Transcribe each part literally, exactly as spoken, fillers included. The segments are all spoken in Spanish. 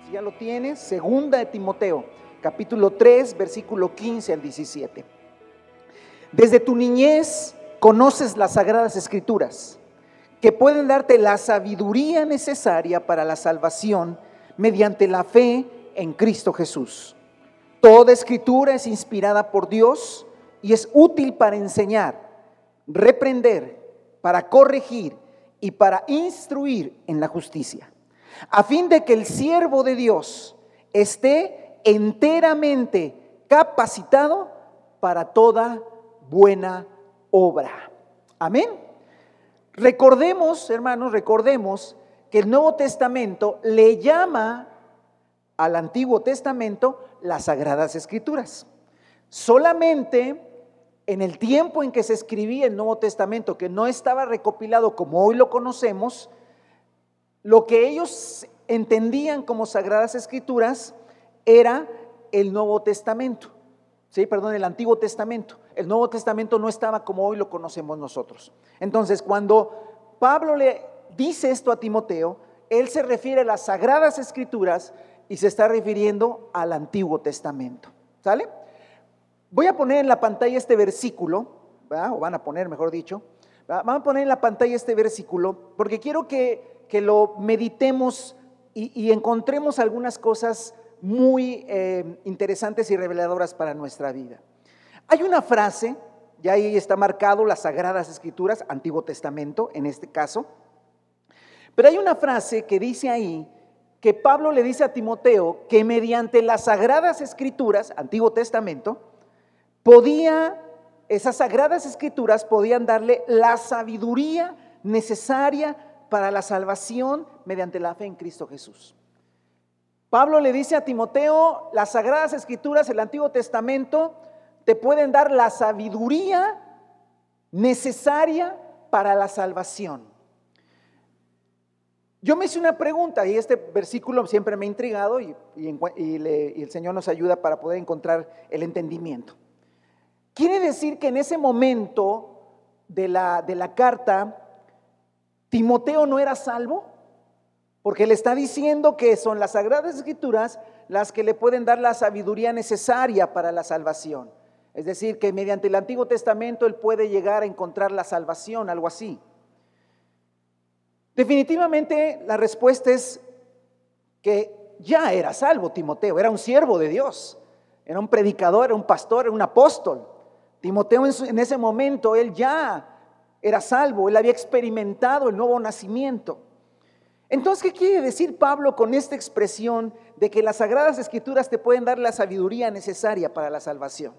Si ya lo tienes, segunda de Timoteo, capítulo tres, versículo quince al diecisiete. Desde tu niñez conoces las sagradas escrituras, que pueden darte la sabiduría necesaria para la salvación mediante la fe en Cristo Jesús. Toda escritura es inspirada por Dios y es útil para enseñar, reprender, para corregir y para instruir en la justicia, a fin de que el siervo de Dios esté enteramente capacitado para toda buena obra. Amén. Recordemos, hermanos, recordemos que el Nuevo Testamento le llama al Antiguo Testamento las Sagradas Escrituras. Solamente en el tiempo en que se escribía el Nuevo Testamento, que no estaba recopilado como hoy lo conocemos, lo que ellos entendían como Sagradas Escrituras era el Nuevo Testamento, sí, perdón, el Antiguo Testamento. El Nuevo Testamento no estaba como hoy lo conocemos nosotros. Entonces, cuando Pablo le dice esto a Timoteo, él se refiere a las Sagradas Escrituras y se está refiriendo al Antiguo Testamento. ¿Sale? Voy a poner en la pantalla este versículo, ¿verdad? O van a poner, mejor dicho, ¿verdad? Van a poner en la pantalla este versículo porque quiero que, que lo meditemos y, y encontremos algunas cosas muy eh, interesantes y reveladoras para nuestra vida. Hay una frase, ya ahí está marcado las Sagradas Escrituras, Antiguo Testamento en este caso, pero hay una frase que dice ahí que Pablo le dice a Timoteo que mediante las Sagradas Escrituras, Antiguo Testamento, podía, esas Sagradas Escrituras podían darle la sabiduría necesaria para la salvación mediante la fe en Cristo Jesús. Pablo le dice a Timoteo, las Sagradas Escrituras, el Antiguo Testamento, te pueden dar la sabiduría necesaria para la salvación. Yo me hice una pregunta y este versículo siempre me ha intrigado y, y, y, le, y el Señor nos ayuda para poder encontrar el entendimiento. ¿Quiere decir que en ese momento de la, de la carta, Timoteo no era salvo? Porque le está diciendo que son las Sagradas Escrituras las que le pueden dar la sabiduría necesaria para la salvación. Es decir, que mediante el Antiguo Testamento él puede llegar a encontrar la salvación, algo así. Definitivamente la respuesta es que ya era salvo Timoteo, era un siervo de Dios, era un predicador, era un pastor, era un apóstol. Timoteo en, su, en ese momento él ya era salvo, él había experimentado el nuevo nacimiento. Entonces, ¿qué quiere decir Pablo con esta expresión de que las Sagradas Escrituras te pueden dar la sabiduría necesaria para la salvación?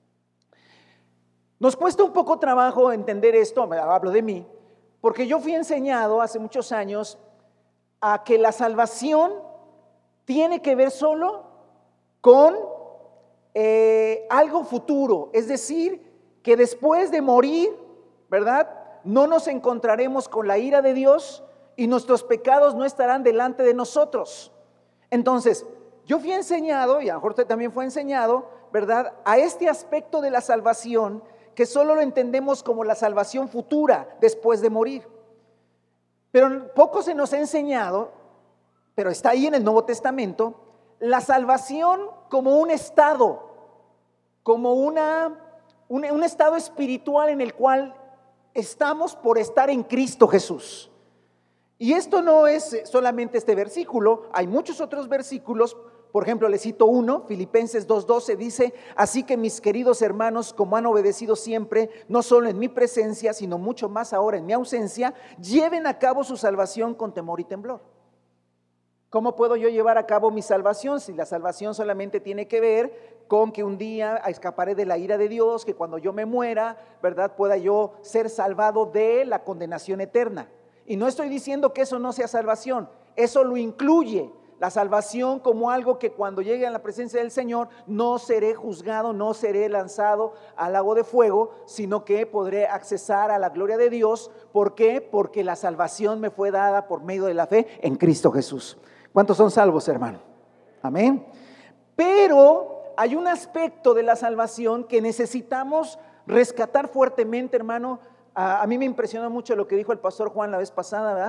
Nos cuesta un poco trabajo entender esto, hablo de mí, porque yo fui enseñado hace muchos años a que la salvación tiene que ver solo con eh, algo futuro, es decir, que después de morir, ¿verdad? No nos encontraremos con la ira de Dios y nuestros pecados no estarán delante de nosotros. Entonces, yo fui enseñado, y a lo mejor usted también fue enseñado, ¿verdad?, a este aspecto de la salvación que solo lo entendemos como la salvación futura después de morir. Pero poco se nos ha enseñado, pero está ahí en el Nuevo Testamento, la salvación como un estado, como una, un, un estado espiritual en el cual estamos por estar en Cristo Jesús. Y esto no es solamente este versículo, hay muchos otros versículos. Por ejemplo, le cito uno, Filipenses dos doce dice: así que mis queridos hermanos, como han obedecido siempre, no solo en mi presencia, sino mucho más ahora en mi ausencia, lleven a cabo su salvación con temor y temblor. ¿Cómo puedo yo llevar a cabo mi salvación? Si la salvación solamente tiene que ver con que un día escaparé de la ira de Dios, que cuando yo me muera, ¿verdad?, pueda yo ser salvado de la condenación eterna. Y no estoy diciendo que eso no sea salvación, eso lo incluye. La salvación como algo que cuando llegue a la presencia del Señor no seré juzgado, no seré lanzado al lago de fuego, sino que podré accesar a la gloria de Dios. ¿Por qué? Porque la salvación me fue dada por medio de la fe en Cristo Jesús. ¿Cuántos son salvos, hermano? Amén. Pero hay un aspecto de la salvación que necesitamos rescatar fuertemente, hermano. A, a mí me impresionó mucho lo que dijo el pastor Juan la vez pasada, ¿verdad?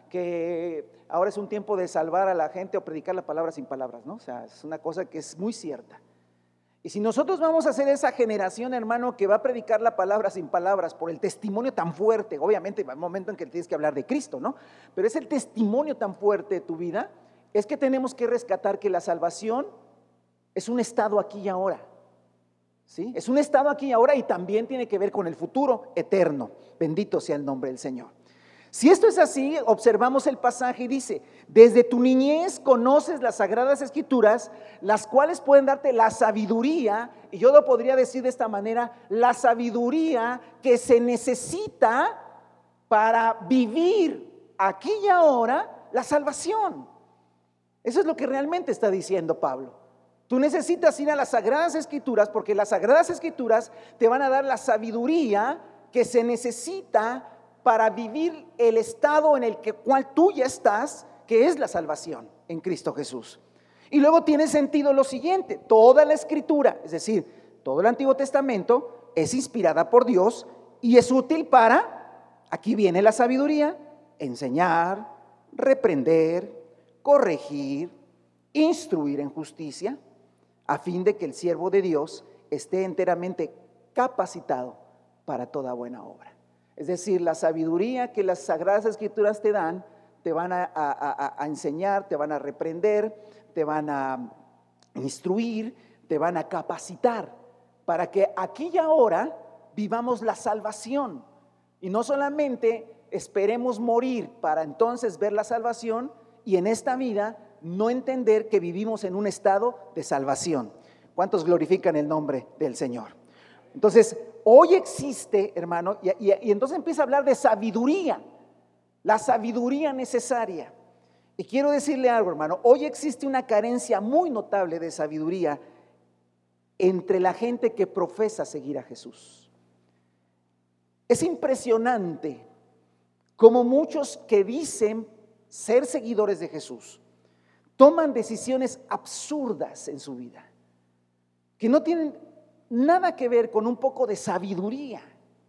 que ahora es un tiempo de salvar a la gente o predicar la palabra sin palabras, ¿no? O sea, es una cosa que es muy cierta. Y si nosotros vamos a ser esa generación, hermano, que va a predicar la palabra sin palabras por el testimonio tan fuerte, obviamente va un momento en que tienes que hablar de Cristo, ¿no? Pero es el testimonio tan fuerte de tu vida, es que tenemos que rescatar que la salvación es un estado aquí y ahora, ¿sí? Es un estado aquí y ahora y también tiene que ver con el futuro eterno. Bendito sea el nombre del Señor. Si esto es así, observamos el pasaje y dice: desde tu niñez conoces las sagradas escrituras, las cuales pueden darte la sabiduría, y yo lo podría decir de esta manera, la sabiduría que se necesita para vivir aquí y ahora la salvación. Eso es lo que realmente está diciendo Pablo. Tú necesitas ir a las sagradas escrituras, porque las sagradas escrituras te van a dar la sabiduría que se necesita para vivir el estado en el que, cual tú ya estás, que es la salvación en Cristo Jesús. Y luego tiene sentido lo siguiente: toda la escritura, es decir, todo el Antiguo Testamento es inspirada por Dios y es útil para, aquí viene la sabiduría, enseñar, reprender, corregir, instruir en justicia, a fin de que el siervo de Dios esté enteramente capacitado para toda buena obra. Es decir, la sabiduría que las sagradas escrituras te dan, te van a, a, a, a enseñar, te van a reprender, te van a instruir, te van a capacitar para que aquí y ahora vivamos la salvación. Y no solamente esperemos morir para entonces ver la salvación y en esta vida no entender que vivimos en un estado de salvación. ¿Cuántos glorifican el nombre del Señor? Entonces, hoy existe, hermano, y, y, y entonces empieza a hablar de sabiduría, la sabiduría necesaria. Y quiero decirle algo, hermano, hoy existe una carencia muy notable de sabiduría entre la gente que profesa seguir a Jesús. Es impresionante cómo muchos que dicen ser seguidores de Jesús toman decisiones absurdas en su vida, que no tienen nada que ver con un poco de sabiduría.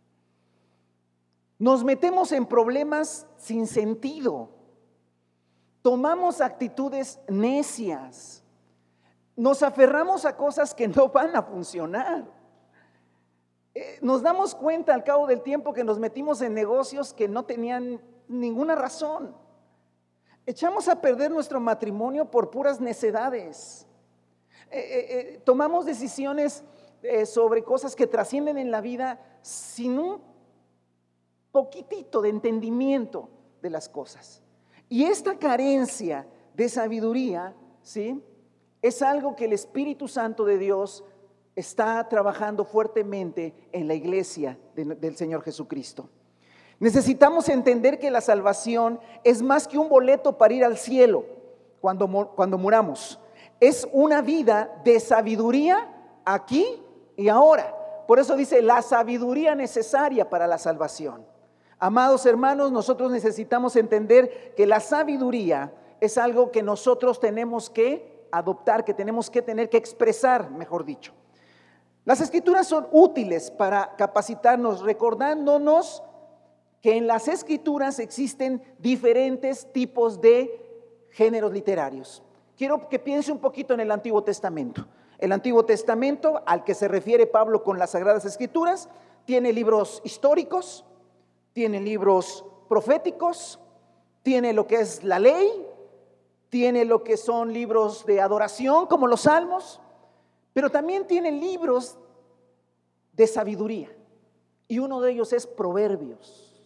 Nos metemos en problemas sin sentido, tomamos actitudes necias, nos aferramos a cosas que no van a funcionar. Eh, nos damos cuenta al cabo del tiempo que nos metimos en negocios que no tenían ninguna razón. Echamos a perder nuestro matrimonio por puras necedades. Eh, eh, eh, tomamos decisiones Eh, sobre cosas que trascienden en la vida sin un poquitito de entendimiento de las cosas. Y esta carencia de sabiduría, ¿sí?, es algo que el Espíritu Santo de Dios está trabajando fuertemente en la iglesia de, del Señor Jesucristo. Necesitamos entender que la salvación es más que un boleto para ir al cielo cuando, cuando muramos. Es una vida de sabiduría aquí y ahora. Por eso dice la sabiduría necesaria para la salvación. Amados hermanos, nosotros necesitamos entender que la sabiduría es algo que nosotros tenemos que adoptar, que tenemos que tener que expresar, mejor dicho. Las escrituras son útiles para capacitarnos, recordándonos que en las escrituras existen diferentes tipos de géneros literarios. Quiero que piense un poquito en el Antiguo Testamento. El Antiguo Testamento, al que se refiere Pablo con las Sagradas Escrituras, tiene libros históricos, tiene libros proféticos, tiene lo que es la ley, tiene lo que son libros de adoración como los salmos, pero también tiene libros de sabiduría, y uno de ellos es Proverbios.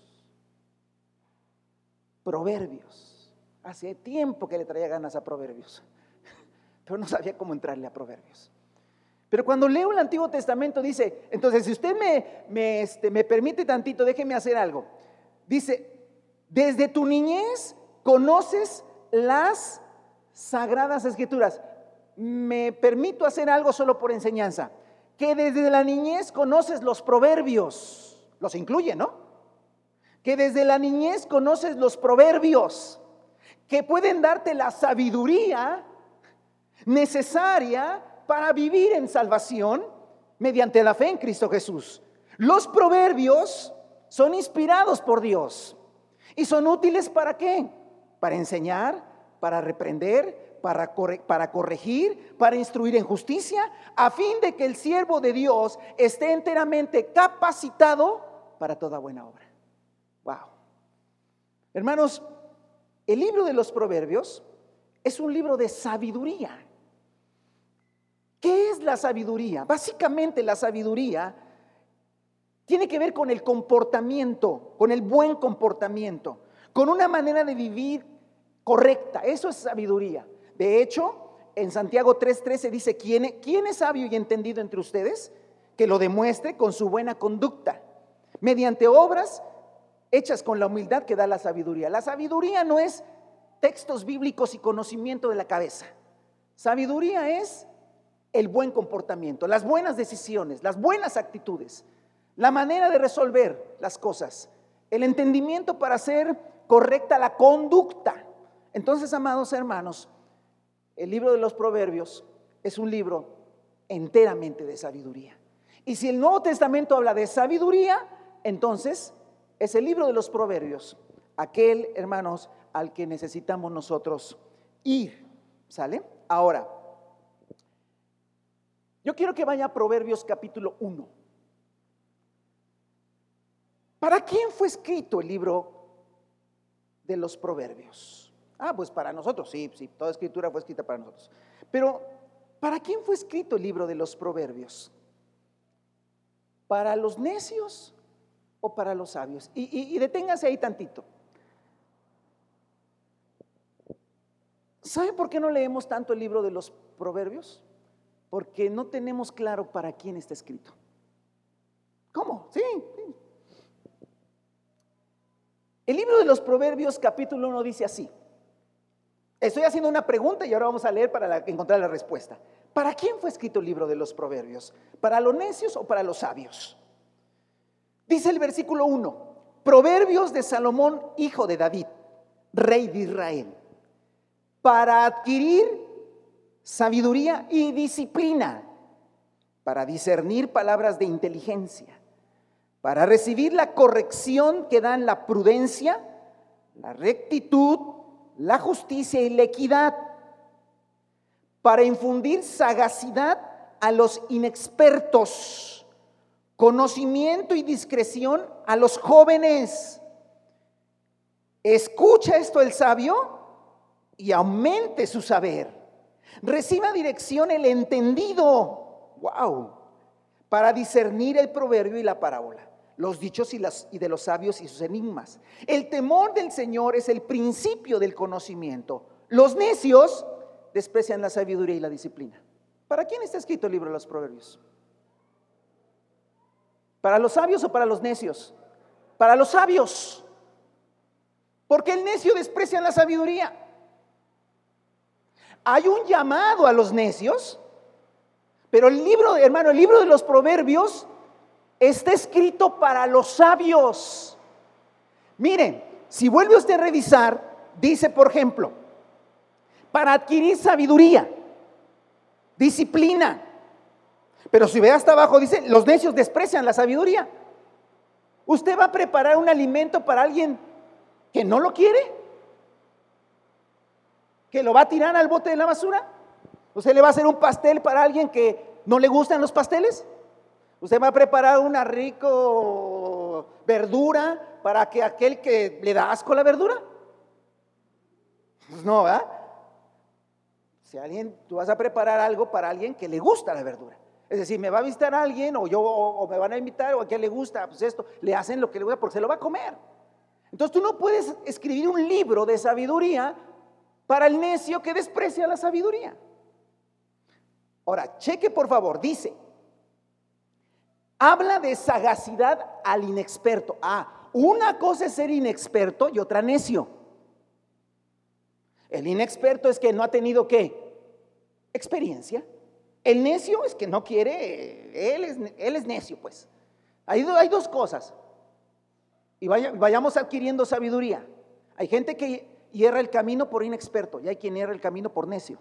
Proverbios. Hace tiempo que le traía ganas a Proverbios, pero no sabía cómo entrarle a Proverbios. Pero cuando leo el Antiguo Testamento dice, entonces si usted me, me, este, me permite tantito, déjeme hacer algo. Dice, desde tu niñez conoces las Sagradas Escrituras. Me permito hacer algo solo por enseñanza. Que desde la niñez conoces los proverbios. Los incluye, ¿no? Que desde la niñez conoces los proverbios, que pueden darte la sabiduría necesaria para vivir en salvación mediante la fe en Cristo Jesús. Los proverbios son inspirados por Dios y son útiles ¿para qué? para enseñar, para reprender, para, corre- para corregir, para instruir en justicia, a fin de que el siervo de Dios esté enteramente capacitado para toda buena obra. Wow. Hermanos, el libro de los Proverbios es un libro de sabiduría. ¿Qué es la sabiduría? Básicamente la sabiduría tiene que ver con el comportamiento, con el buen comportamiento, con una manera de vivir correcta. Eso es sabiduría. De hecho, en Santiago tres trece dice: ¿Quién, ¿Quién es sabio y entendido entre ustedes? Que lo demuestre con su buena conducta, mediante obras hechas con la humildad que da la sabiduría. La sabiduría no es textos bíblicos y conocimiento de la cabeza. Sabiduría es el buen comportamiento, las buenas decisiones, las buenas actitudes, la manera de resolver las cosas, el entendimiento para hacer correcta la conducta. Entonces, amados hermanos, el libro de los Proverbios es un libro enteramente de sabiduría. Y si el Nuevo Testamento habla de sabiduría, entonces es el libro de los Proverbios, aquel, hermanos, al que necesitamos nosotros ir. ¿Sale? Ahora, yo quiero que vaya a Proverbios capítulo uno. ¿Para quién fue escrito el libro de los Proverbios? Ah, pues para nosotros, sí, sí, toda escritura fue escrita para nosotros. Pero, ¿para quién fue escrito el libro de los Proverbios? ¿Para los necios o para los sabios? Y, y, y deténgase ahí tantito. ¿Saben por qué no leemos tanto el libro de los Proverbios? Porque no tenemos claro para quién está escrito. ¿Cómo? Sí, sí. El libro de los Proverbios capítulo uno dice así. Estoy haciendo una pregunta y ahora vamos a leer para la, encontrar la respuesta. ¿Para quién fue escrito el libro de los Proverbios? ¿Para los necios o para los sabios? Dice el versículo uno: Proverbios de Salomón, hijo de David, rey de Israel, para adquirir sabiduría y disciplina, para discernir palabras de inteligencia, para recibir la corrección que dan la prudencia, la rectitud, la justicia y la equidad, para infundir sagacidad a los inexpertos, conocimiento y discreción a los jóvenes. Escucha esto el sabio y aumente su saber. Reciba dirección el entendido, wow, para discernir el proverbio y la parábola, los dichos y, las, y de los sabios y sus enigmas. El temor del Señor es el principio del conocimiento. Los necios desprecian la sabiduría y la disciplina. ¿Para quién está escrito el libro de los Proverbios? ¿Para los sabios o para los necios? Para los sabios. Porque el necio desprecia la sabiduría. Hay un llamado a los necios, pero el libro, hermano, el libro de los Proverbios está escrito para los sabios. Miren, si vuelve usted a revisar, dice, por ejemplo, para adquirir sabiduría, disciplina. Pero si ve hasta abajo, dice, los necios desprecian la sabiduría. ¿Usted va a preparar un alimento para alguien que no lo quiere? ¿Que lo va a tirar al bote de la basura? ¿Usted le va a hacer un pastel para alguien que no le gustan los pasteles? ¿Usted va a preparar una rico verdura para que aquel que le da asco la verdura? Pues no, ¿verdad? Si alguien, tú vas a preparar algo para alguien que le gusta la verdura. Es decir, me va a visitar alguien o yo o, o me van a invitar o a quien le gusta, pues esto, le hacen lo que le gusta porque se lo va a comer. Entonces tú no puedes escribir un libro de sabiduría para el necio que desprecia la sabiduría. Ahora, cheque por favor, dice, habla de sagacidad al inexperto. Ah, una cosa es ser inexperto y otra necio. El inexperto es que no ha tenido ¿qué? Experiencia. El necio es que no quiere, él es, él es necio pues. Hay, hay dos cosas. Y vaya, vayamos adquiriendo sabiduría. Hay gente que hierra el camino por inexperto y hay quien hierra el camino por necio.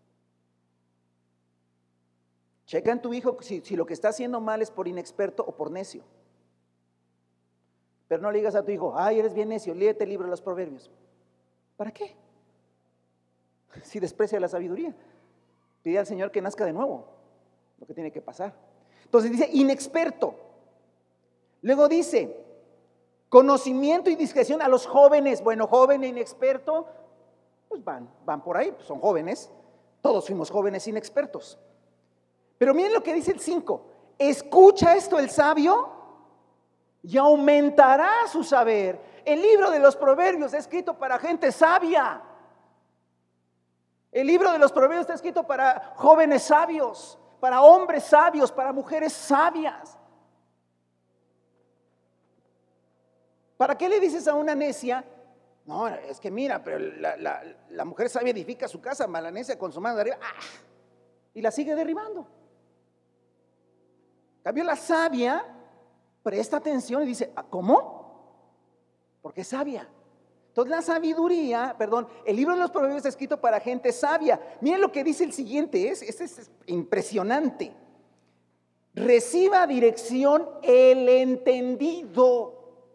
Checa en tu hijo si, si lo que está haciendo mal es por inexperto o por necio. Pero no le digas a tu hijo, ay, eres bien necio, léete el libro de los Proverbios. ¿Para qué? Si desprecia la sabiduría, pide al Señor que nazca de nuevo, lo que tiene que pasar. Entonces dice inexperto. Luego dice conocimiento y discreción a los jóvenes. Bueno, joven e inexperto, pues van, van por ahí, pues son jóvenes. Todos fuimos jóvenes inexpertos. Pero miren lo que dice el cinco. Escucha esto el sabio y aumentará su saber. El libro de los Proverbios está escrito para gente sabia. El libro de los Proverbios está escrito para jóvenes sabios, para hombres sabios, para mujeres sabias. ¿Para qué le dices a una necia? No, es que mira, pero la, la, la mujer sabia edifica su casa, mas la necia con su mano de arriba, ¡ah!, y la sigue derribando. En cambio, la sabia presta atención y dice, ¿cómo? Porque es sabia. Entonces la sabiduría, perdón, el libro de los Proverbios está escrito para gente sabia. Miren lo que dice el siguiente, es, este es impresionante. Reciba dirección el entendido.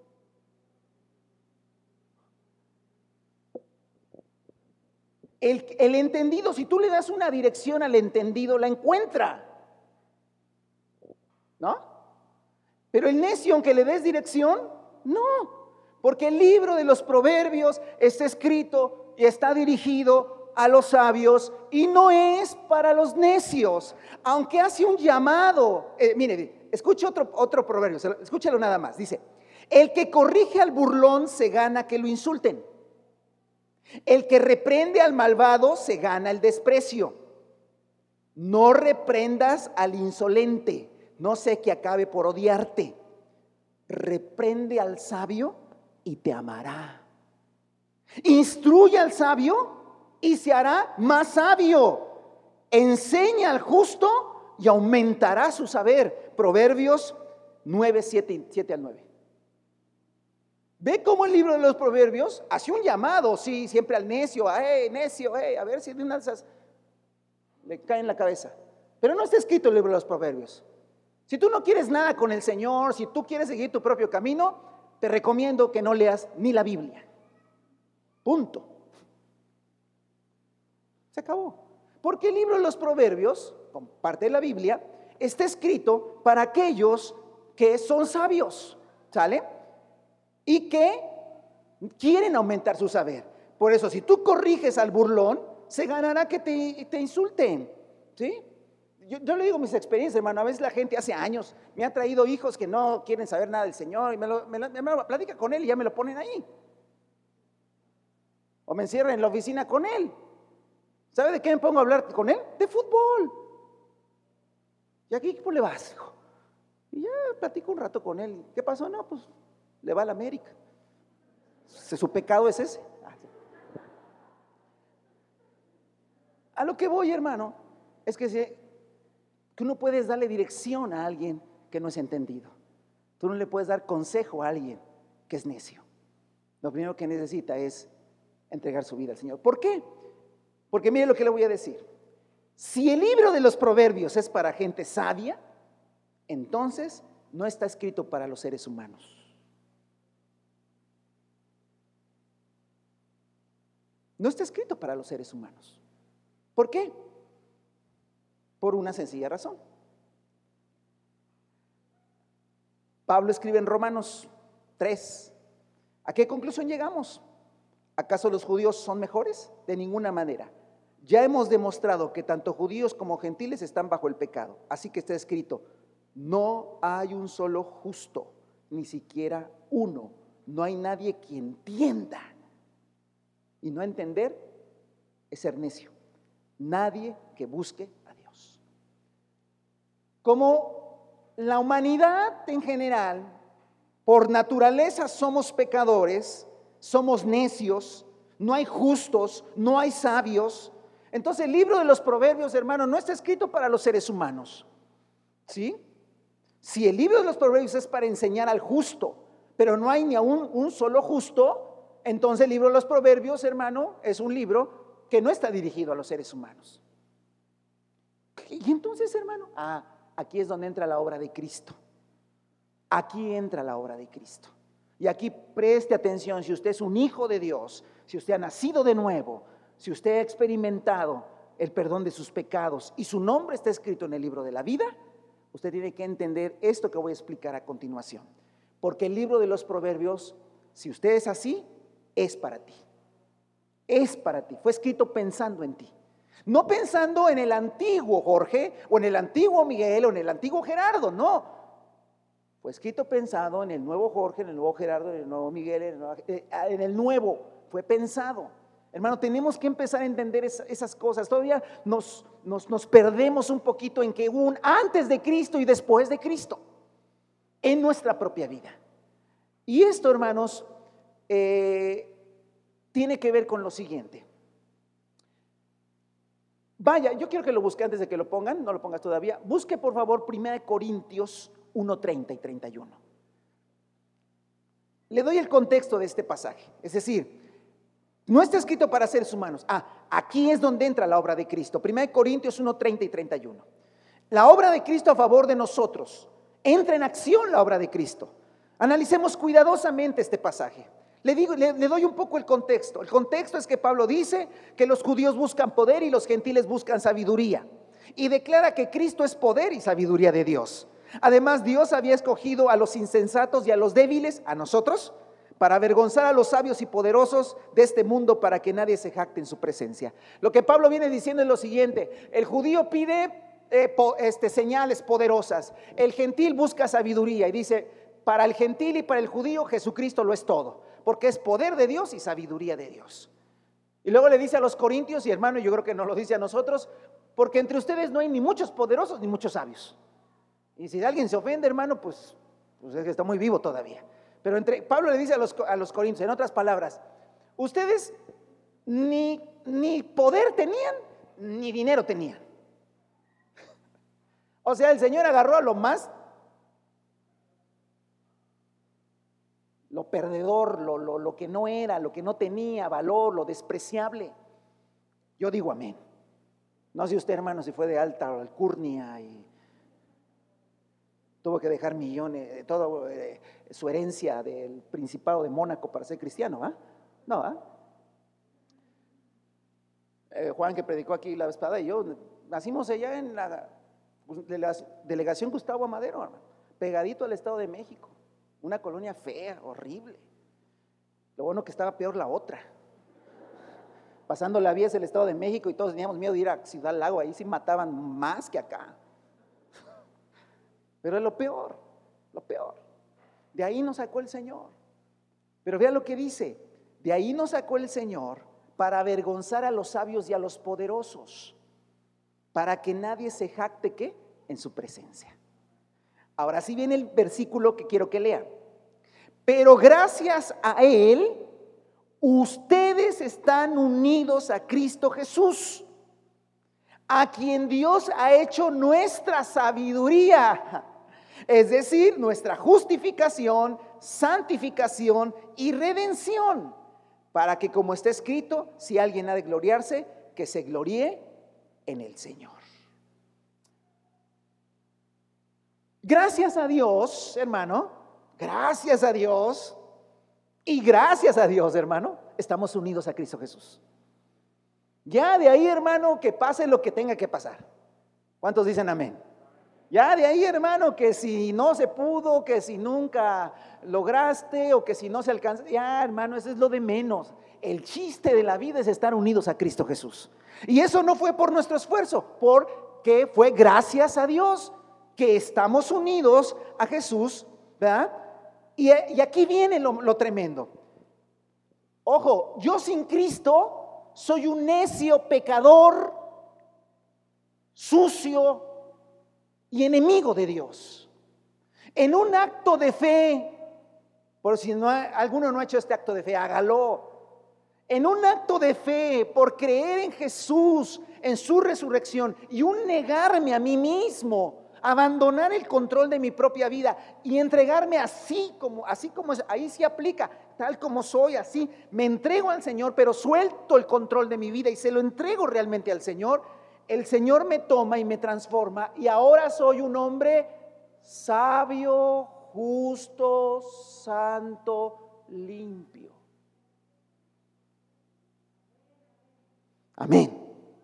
El, el entendido, si tú le das una dirección al entendido, la encuentra, ¿no? Pero el necio, aunque le des dirección, no, porque el libro de los Proverbios está escrito y está dirigido a los sabios y no es para los necios, aunque hace un llamado. Eh, mire, escuche otro, otro proverbio, escúchalo nada más, dice, el que corrige al burlón se gana que lo insulten. El que reprende al malvado se gana el desprecio. No reprendas al insolente, no sé que acabe por odiarte. Reprende al sabio y te amará. Instruye al sabio y se hará más sabio. Enseña al justo y aumentará su saber. Proverbios nueve, siete al nueve. Ve cómo el libro de los Proverbios hace un llamado, sí, siempre al necio, hey, necio, hey, a ver si de una alzas le cae en la cabeza. Pero no está escrito el libro de los Proverbios. Si tú no quieres nada con el Señor, si tú quieres seguir tu propio camino, te recomiendo que no leas ni la Biblia. Punto. Se acabó. Porque el libro de los Proverbios, como parte de la Biblia, está escrito para aquellos que son sabios, ¿sale? Y que quieren aumentar su saber. Por eso, si tú corriges al burlón, se ganará que te, te insulten, ¿sí? Yo, yo le digo mis experiencias, hermano. A veces la gente hace años me ha traído hijos que no quieren saber nada del Señor y me lo, me lo, me lo platica con él y ya me lo ponen ahí. O me encierran en la oficina con él. ¿Sabe de qué me pongo a hablar con él? De fútbol. ¿Y a qué equipo le vas, hijo? Y ya platico un rato con él. ¿Qué pasó? No, pues le va a la América. ¿Su pecado es ese? A lo que voy, hermano, es que, se, que no puedes darle dirección a alguien que no es entendido. Tú no le puedes dar consejo a alguien que es necio. Lo primero que necesita es entregar su vida al Señor. ¿Por qué? Porque mire lo que le voy a decir. Si el libro de los Proverbios es para gente sabia, entonces no está escrito para los seres humanos. No está escrito para los seres humanos. ¿Por qué? Por una sencilla razón. Pablo escribe en Romanos tres. ¿A qué conclusión llegamos? ¿Acaso los judíos son mejores? De ninguna manera. Ya hemos demostrado que tanto judíos como gentiles están bajo el pecado. Así que está escrito, no hay un solo justo, ni siquiera uno. No hay nadie que entienda. Y no entender es ser necio. Nadie que busque a Dios. Como la humanidad en general, por naturaleza somos pecadores, somos necios, no hay justos, no hay sabios. Entonces el libro de los Proverbios, hermano, no está escrito para los seres humanos. ¿Sí? Si el libro de los Proverbios es para enseñar al justo, pero no hay ni aún un solo justo, entonces el libro de los Proverbios, hermano, es un libro que no está dirigido a los seres humanos. Y entonces, hermano, ah, aquí es donde entra la obra de Cristo. Aquí entra la obra de Cristo. Y aquí preste atención, si usted es un hijo de Dios, si usted ha nacido de nuevo, si usted ha experimentado el perdón de sus pecados y su nombre está escrito en el libro de la vida, usted tiene que entender esto que voy a explicar a continuación. Porque el libro de los Proverbios, si usted es así, es para ti. Es para ti. Fue escrito pensando en ti. No pensando en el antiguo Jorge, o en el antiguo Miguel, o en el antiguo Gerardo, no. Fue escrito pensado en el nuevo Jorge, en el nuevo Gerardo, en el nuevo Miguel, en el nuevo, en el nuevo. Fue pensado. Hermano, tenemos que empezar a entender esas cosas. Todavía nos, nos, nos perdemos un poquito en que un antes de Cristo y después de Cristo en nuestra propia vida. Y esto, hermanos, eh, tiene que ver con lo siguiente. Vaya, yo quiero que lo busque antes de que lo pongan, no lo pongas todavía. Busque por favor primera de Corintios uno, treinta y treinta y uno. Le doy el contexto de este pasaje. Es decir, no está escrito para seres humanos. Ah, aquí es donde entra la obra de Cristo. primera de Corintios uno, treinta y treinta y uno. La obra de Cristo a favor de nosotros. Entra en acción la obra de Cristo. Analicemos cuidadosamente este pasaje. Le, digo, le, le doy un poco el contexto. El contexto es que Pablo dice que los judíos buscan poder y los gentiles buscan sabiduría. Y declara que Cristo es poder y sabiduría de Dios. Además, Dios había escogido a los insensatos y a los débiles, a nosotros, para avergonzar a los sabios y poderosos de este mundo, para que nadie se jacte en su presencia. Lo que Pablo viene diciendo es lo siguiente: el judío pide eh, po, este, señales poderosas, el gentil busca sabiduría, y dice, para el gentil y para el judío Jesucristo lo es todo, porque es poder de Dios y sabiduría de Dios. Y luego le dice a los corintios, y hermano, yo creo que nos lo dice a nosotros, porque entre ustedes no hay ni muchos poderosos ni muchos sabios. Y si alguien se ofende, hermano, pues, pues es que está muy vivo todavía. Pero entre, Pablo le dice a los, a los corintios, en otras palabras, ustedes ni, ni poder tenían, ni dinero tenían. O sea, el Señor agarró a lo más, lo perdedor, lo, lo, lo que no era, lo que no tenía valor, lo despreciable. Yo digo amén. No sé usted, hermano, si fue de alta alcurnia y tuvo que dejar millones, toda eh, su herencia del Principado de Mónaco para ser cristiano, ¿ah? ¿eh? No, ¿ah? ¿eh? Eh, Juan, que predicó aquí la vez pasada, y yo nacimos allá en la, de la delegación Gustavo Amadero, hermano, pegadito al Estado de México, una colonia fea, horrible. Lo bueno que estaba peor la otra. Pasando la vía es el Estado de México y todos teníamos miedo de ir a Ciudad Lago, ahí sí mataban más que acá. Pero es lo peor, lo peor. De ahí nos sacó el Señor. Pero vean lo que dice: de ahí nos sacó el Señor para avergonzar a los sabios y a los poderosos, para que nadie se jacte, ¿qué? En su presencia. Ahora sí viene el versículo que quiero que lean. Pero gracias a Él, ustedes están unidos a Cristo Jesús, a quien Dios ha hecho nuestra sabiduría, es decir, nuestra justificación, santificación y redención, para que, como está escrito, si alguien ha de gloriarse, que se gloríe en el Señor. Gracias a Dios, hermano, gracias a Dios y gracias a Dios, hermano, estamos unidos a Cristo Jesús. Ya de ahí, hermano, que pase lo que tenga que pasar. ¿Cuántos dicen amén? Ya de ahí, hermano, que si no se pudo, que si nunca lograste o que si no se alcanza, ya, hermano, eso es lo de menos. El chiste de la vida es estar unidos a Cristo Jesús. Y eso no fue por nuestro esfuerzo, porque fue gracias a Dios que estamos unidos a Jesús, ¿verdad? Y, y aquí viene lo, lo tremendo. Ojo, yo sin Cristo soy un necio pecador, sucio y enemigo de Dios. En un acto de fe, por si no, alguno no ha hecho este acto de fe, hágalo. En un acto de fe, por creer en Jesús, en su resurrección, y un negarme a mí mismo, abandonar el control de mi propia vida y entregarme así como, así como es, ahí sí aplica, tal como soy, así me entrego al Señor, pero suelto el control de mi vida y se lo entrego realmente al Señor. El Señor me toma y me transforma, y ahora soy un hombre sabio, justo, santo, limpio. Amén.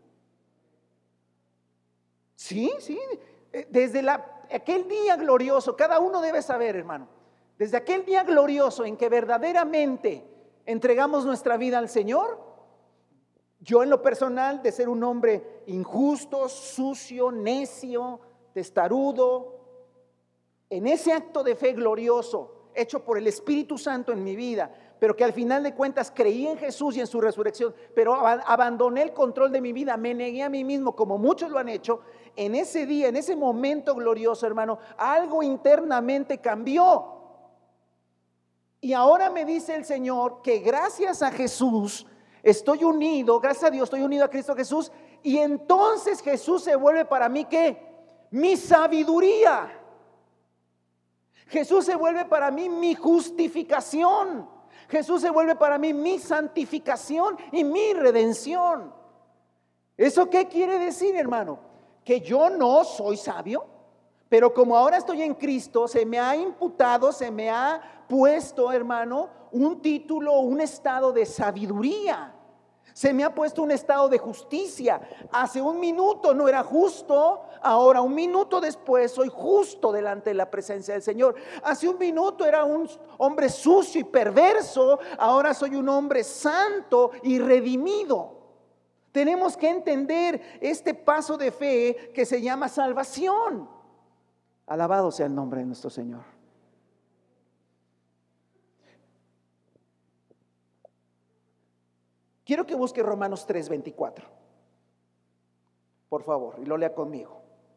Sí, sí, desde la, aquel día glorioso, cada uno debe saber, hermano, desde aquel día glorioso en que verdaderamente entregamos nuestra vida al Señor, yo en lo personal, de ser un hombre injusto, sucio, necio, testarudo, en ese acto de fe glorioso, hecho por el Espíritu Santo en mi vida, pero que al final de cuentas creí en Jesús y en su resurrección, pero abandoné el control de mi vida, me negué a mí mismo, como muchos lo han hecho. En ese día, en ese momento glorioso, hermano, algo internamente cambió. Y ahora me dice el Señor que gracias a Jesús estoy unido, gracias a Dios estoy unido a Cristo Jesús, y entonces Jesús se vuelve para mí, ¿qué? Mi sabiduría. Jesús se vuelve para mí mi justificación. Jesús se vuelve para mí mi santificación y mi redención. ¿Eso qué quiere decir, hermano? Que yo no soy sabio, pero como ahora estoy en Cristo, se me ha imputado, se me ha puesto, hermano, un título, un estado de sabiduría. Se me ha puesto un estado de justicia. Hace un minuto no era justo, ahora un minuto después soy justo delante de la presencia del Señor. Hace un minuto era un hombre sucio y perverso, ahora soy un hombre santo y redimido. Tenemos que entender este paso de fe que se llama salvación. Alabado sea el nombre de nuestro Señor. Quiero que busque Romanos tres veinticuatro, por favor, y lo lea conmigo.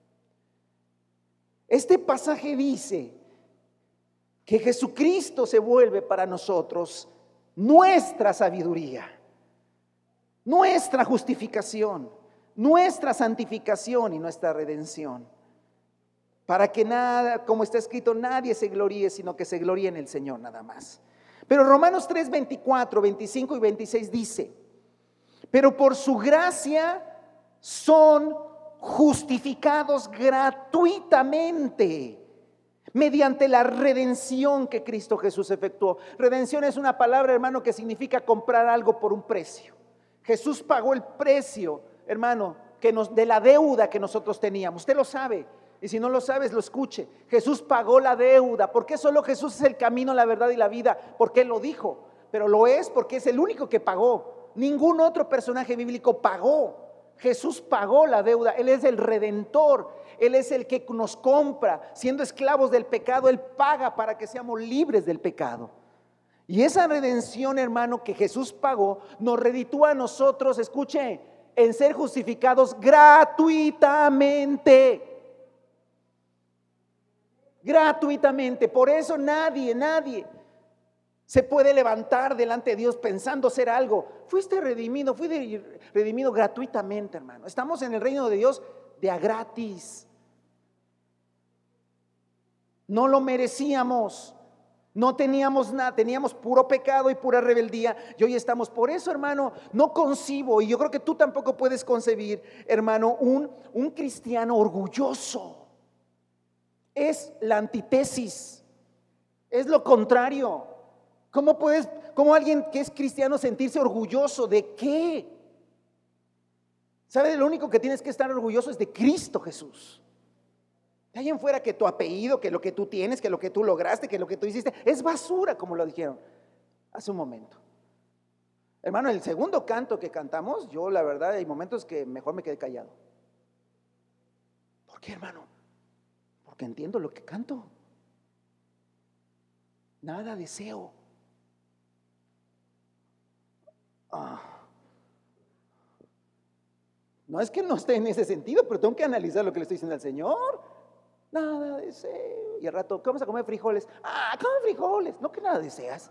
Este pasaje dice que Jesucristo se vuelve para nosotros nuestra sabiduría, nuestra justificación, nuestra santificación y nuestra redención. Para que nada, como está escrito, nadie se gloríe, sino que se gloríe en el Señor nada más. Pero Romanos tres veinticuatro, veinticinco y veintiséis dice: pero por su gracia son justificados gratuitamente mediante la redención que Cristo Jesús efectuó. Redención es una palabra, hermano, que significa comprar algo por un precio. Jesús pagó el precio, hermano, que nos, de la deuda que nosotros teníamos. Usted lo sabe. Y si no lo sabes, lo escuche. Jesús pagó la deuda. ¿Por qué solo Jesús es el camino, la verdad y la vida? Porque Él lo dijo. Pero lo es porque es el único que pagó. Ningún otro personaje bíblico pagó. Jesús pagó la deuda. Él es el redentor. Él es el que nos compra. Siendo esclavos del pecado, Él paga para que seamos libres del pecado. Y esa redención, hermano, que Jesús pagó, nos reditúa a nosotros, escuche, en ser justificados gratuitamente. Gratuitamente. Por eso nadie, nadie se puede levantar delante de Dios pensando ser algo. Fuiste redimido, fui redimido gratuitamente, hermano. Estamos en el reino de Dios de a gratis. No lo merecíamos. No teníamos nada, teníamos puro pecado y pura rebeldía. Y hoy estamos. Por eso, hermano, no concibo, y yo creo que tú tampoco puedes concebir, hermano, un, un cristiano orgulloso. Es la antítesis, es lo contrario. ¿Cómo puedes, cómo alguien que es cristiano sentirse orgulloso? ¿De qué? ¿Sabes? Lo único que tienes que estar orgulloso es de Cristo Jesús. De ahí en fuera, que tu apellido, que lo que tú tienes, que lo que tú lograste, que lo que tú hiciste, es basura, como lo dijeron hace un momento. Hermano, el segundo canto que cantamos, yo la verdad hay momentos que mejor me quedé callado. ¿Por qué, hermano? Porque entiendo lo que canto. Nada deseo. Ah. No es que no esté en ese sentido, pero tengo que analizar lo que le estoy diciendo al Señor. Nada deseo. Y al rato, ¿qué vamos a comer? Frijoles. Ah, come frijoles. No, que nada deseas.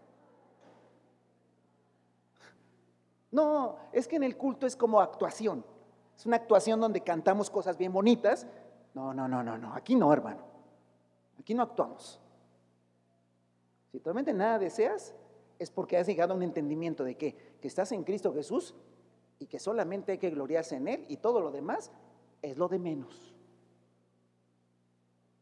No, es que en el culto es como actuación. Es una actuación donde cantamos cosas bien bonitas. No, no, no, no, no. Aquí no, hermano. Aquí no actuamos. Si realmente nada deseas, es porque has llegado a un entendimiento de que, que estás en Cristo Jesús y que solamente hay que gloriarse en Él, y todo lo demás es lo de menos.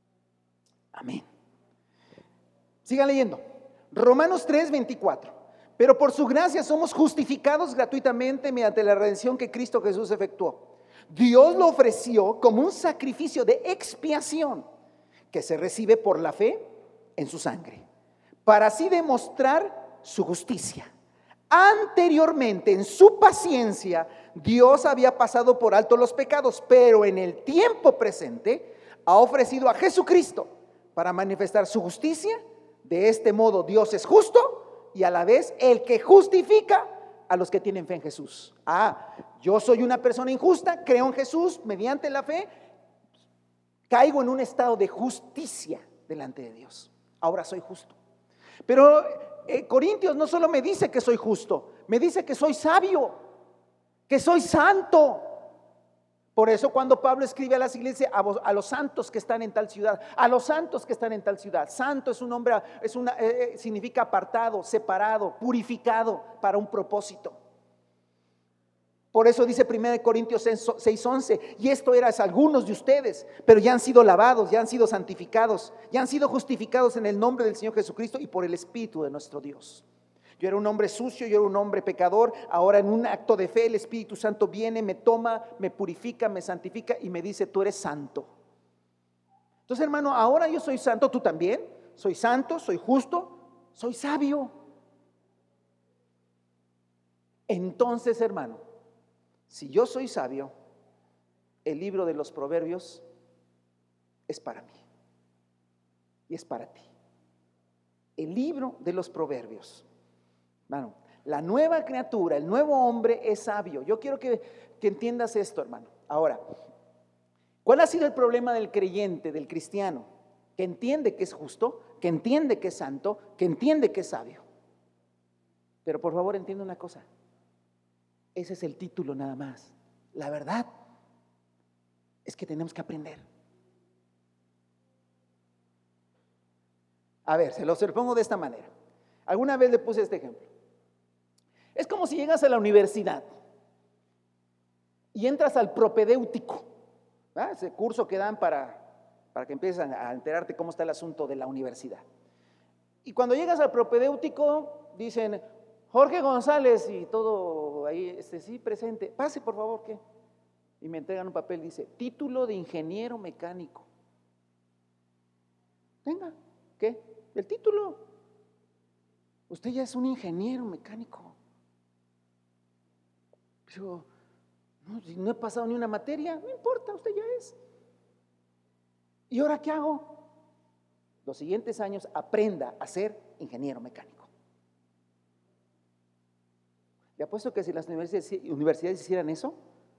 Amén. Sigan leyendo. Romanos tres veinticuatro. Pero por su gracia somos justificados gratuitamente mediante la redención que Cristo Jesús efectuó. Dios lo ofreció como un sacrificio de expiación que se recibe por la fe en su sangre, para así demostrar su justicia. Anteriormente, en su paciencia, Dios había pasado por alto los pecados, pero en el tiempo presente ha ofrecido a Jesucristo para manifestar su justicia. De este modo, Dios es justo y a la vez el que justifica a los que tienen fe en Jesús. Ah, yo soy una persona injusta, creo en Jesús mediante la fe, caigo en un estado de justicia delante de Dios. Ahora soy justo. Pero eh, Corintios no solo me dice que soy justo, me dice que soy sabio, que soy santo. Por eso cuando Pablo escribe a las iglesias, a, vos, a los santos que están en tal ciudad, a los santos que están en tal ciudad. Santo es un nombre, es una, eh, significa apartado, separado, purificado para un propósito. Por eso dice primera de Corintios seis once, y esto eran algunos de ustedes, pero ya han sido lavados, ya han sido santificados, ya han sido justificados en el nombre del Señor Jesucristo y por el Espíritu de nuestro Dios. Yo era un hombre sucio, yo era un hombre pecador, ahora en un acto de fe el Espíritu Santo viene, me toma, me purifica, me santifica y me dice, tú eres santo. Entonces, hermano, ahora yo soy santo, tú también, soy santo, soy justo, soy sabio. Entonces, hermano, si yo soy sabio, el libro de los Proverbios es para mí y es para ti. El libro de los Proverbios. Hermano, la nueva criatura, el nuevo hombre es sabio. Yo quiero que, que entiendas esto, hermano. Ahora, ¿cuál ha sido el problema del creyente, del cristiano? Que entiende que es justo, que entiende que es santo, que entiende que es sabio. Pero por favor entienda una cosa. Ese es el título nada más. La verdad es que tenemos que aprender. A ver, se los pongo de esta manera. Alguna vez le puse este ejemplo. Es como si llegas a la universidad y entras al propedéutico, ¿verdad? Ese curso que dan para, para que empieces a enterarte cómo está el asunto de la universidad. Y cuando llegas al propedéutico dicen, Jorge González y todo ahí, este, sí, presente, pase por favor, ¿qué? Y me entregan un papel, dice, título de ingeniero mecánico. Venga, ¿qué? El título. Usted ya es un ingeniero mecánico. Pero no, si no he pasado ni una materia, no importa, usted ya es. ¿Y ahora qué hago? Los siguientes años aprenda a ser ingeniero mecánico. Le apuesto que si las universidades, universidades hicieran eso,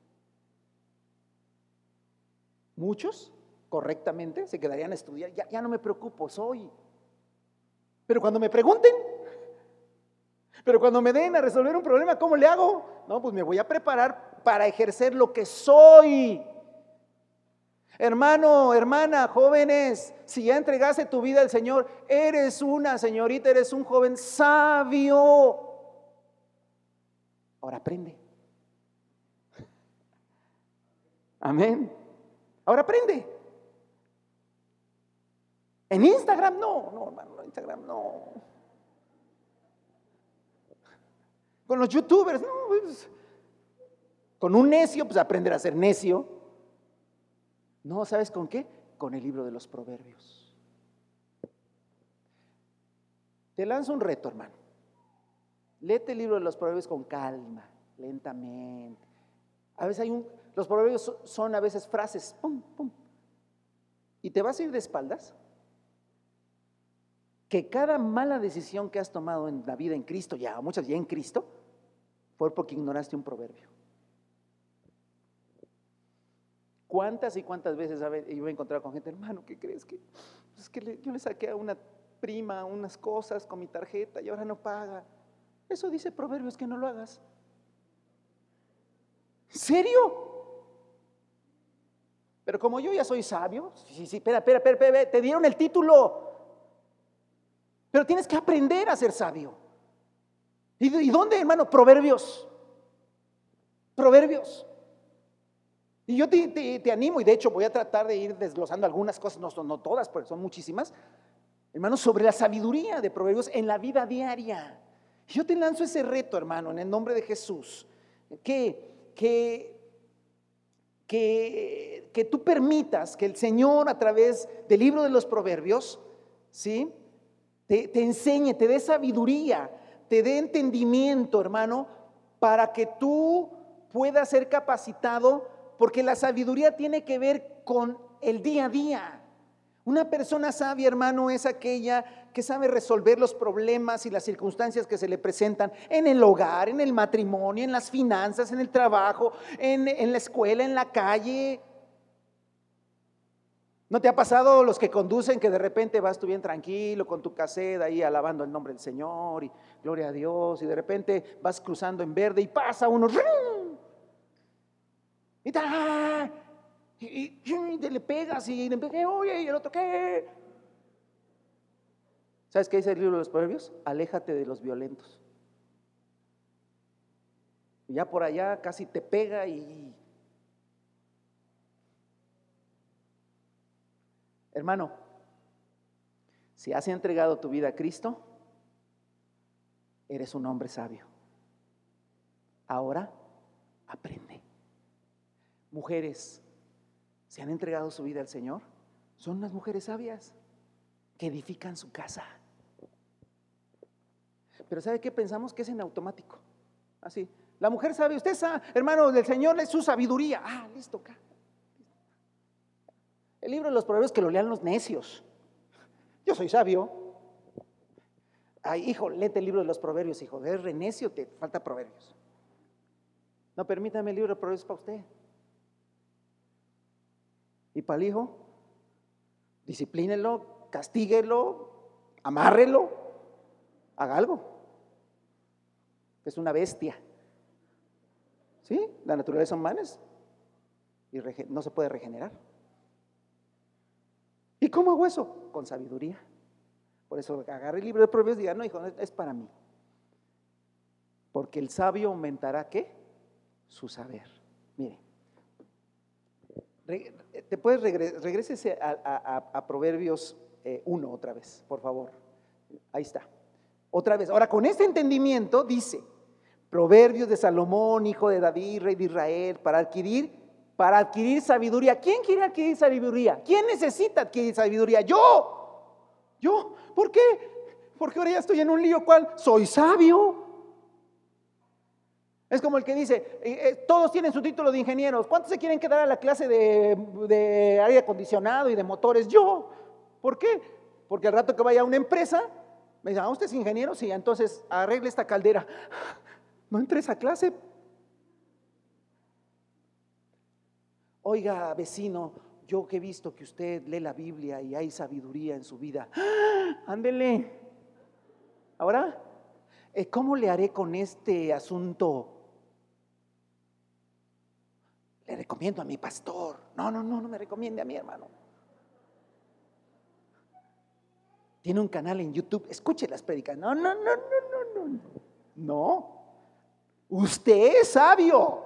muchos correctamente se quedarían a estudiar. Ya, ya no me preocupo, soy. Pero cuando me pregunten, pero cuando me den a resolver un problema, ¿cómo le hago? No, pues me voy a preparar para ejercer lo que soy. Hermano, hermana, jóvenes, si ya entregaste tu vida al Señor, eres una señorita, eres un joven sabio. Ahora aprende. Amén. Ahora aprende. En Instagram no, no, hermano, en Instagram no. Con los youtubers, no, pues, con un necio, pues aprender a ser necio. No, ¿sabes con qué? Con el libro de los Proverbios. Te lanzo un reto, hermano. Léete el libro de los Proverbios con calma, lentamente. A veces hay un, los Proverbios son a veces frases, pum, pum. Y te vas a ir de espaldas. Que cada mala decisión que has tomado en la vida en Cristo, ya, muchas ya en Cristo, fue porque ignoraste un proverbio. ¿Cuántas y cuántas veces yo me he encontrado con gente, hermano, ¿qué crees? Que es que le, yo le saqué a una prima unas cosas con mi tarjeta y ahora no paga. Eso dice Proverbios, que no lo hagas. ¿En serio? Pero como yo ya soy sabio, sí, sí, espera, espera, espera, espera, te dieron el título. Pero tienes que aprender a ser sabio. ¿Y, y dónde, hermano? Proverbios. Proverbios. Y yo te, te, te animo, y de hecho voy a tratar de ir desglosando algunas cosas, no, no todas, porque son muchísimas, hermanos, sobre la sabiduría de Proverbios en la vida diaria. Yo te lanzo ese reto, hermano, en el nombre de Jesús, que, que, que, que tú permitas que el Señor, a través del libro de los Proverbios, ¿sí?, te, te enseñe, te dé sabiduría, te dé entendimiento, hermano, para que tú puedas ser capacitado, porque la sabiduría tiene que ver con el día a día. Una persona sabia, hermano, es aquella que sabe resolver los problemas y las circunstancias que se le presentan en el hogar, en el matrimonio, en las finanzas, en el trabajo, en, en la escuela, en la calle. ¿No te ha pasado los que conducen que de repente vas tú bien tranquilo con tu caseta ahí alabando el nombre del Señor y gloria a Dios, y de repente vas cruzando en verde y pasa uno y, ta, y, y, y le pegas y le pegas, oye, y el otro qué? ¿Sabes qué dice el libro de los Proverbios? Aléjate de los violentos. Y ya por allá casi te pega y... Hermano, si has entregado tu vida a Cristo, eres un hombre sabio. Ahora aprende. Mujeres, ¿se han entregado su vida al Señor? Son unas mujeres sabias que edifican su casa. Pero ¿sabe qué? Pensamos que es en automático. Así, la mujer sabe, usted sabe, hermano, del Señor es su sabiduría. Ah, listo, acá. El libro de los Proverbios que lo lean los necios. Yo soy sabio. Ay, hijo, léete el libro de los Proverbios, hijo. Eres re necio, te falta Proverbios. No, permítame el libro de Proverbios para usted. Y para el hijo, disciplínelo, castíguelo, amárrelo, haga algo. Es una bestia. ¿Sí? La naturaleza humana es y no se puede regenerar. ¿Y cómo hago eso? Con sabiduría. Por eso agarré el libro de Proverbios y diga, no, hijo, es para mí. Porque el sabio aumentará, ¿qué? Su saber. Mire, te puedes regresar, regrésese a, a, a Proverbios eh, uno otra vez, por favor. Ahí está. Otra vez. Ahora, con este entendimiento dice, Proverbios de Salomón, hijo de David, rey de Israel, para adquirir Para adquirir sabiduría. ¿Quién quiere adquirir sabiduría? ¿Quién necesita adquirir sabiduría? Yo. Yo. ¿Por qué? Porque ahora ya estoy en un lío. ¿Cuál? Soy sabio. Es como el que dice, eh, eh, todos tienen su título de ingenieros. ¿Cuántos se quieren quedar a la clase de, de aire acondicionado y de motores? Yo. ¿Por qué? Porque al rato que vaya a una empresa, me dicen, ¿ah, usted es ingeniero? Sí, entonces arregle esta caldera. No entré a esa clase. Oiga, vecino, yo que he visto que usted lee la Biblia y hay sabiduría en su vida. ¡Ah! Ándele. Ahora, ¿cómo le haré con este asunto? Le recomiendo a mi pastor. No, no, no, no me recomiende a mi hermano. Tiene un canal en YouTube, escuche las prédicas. No, no, no, no, no, no. No. Usted es sabio.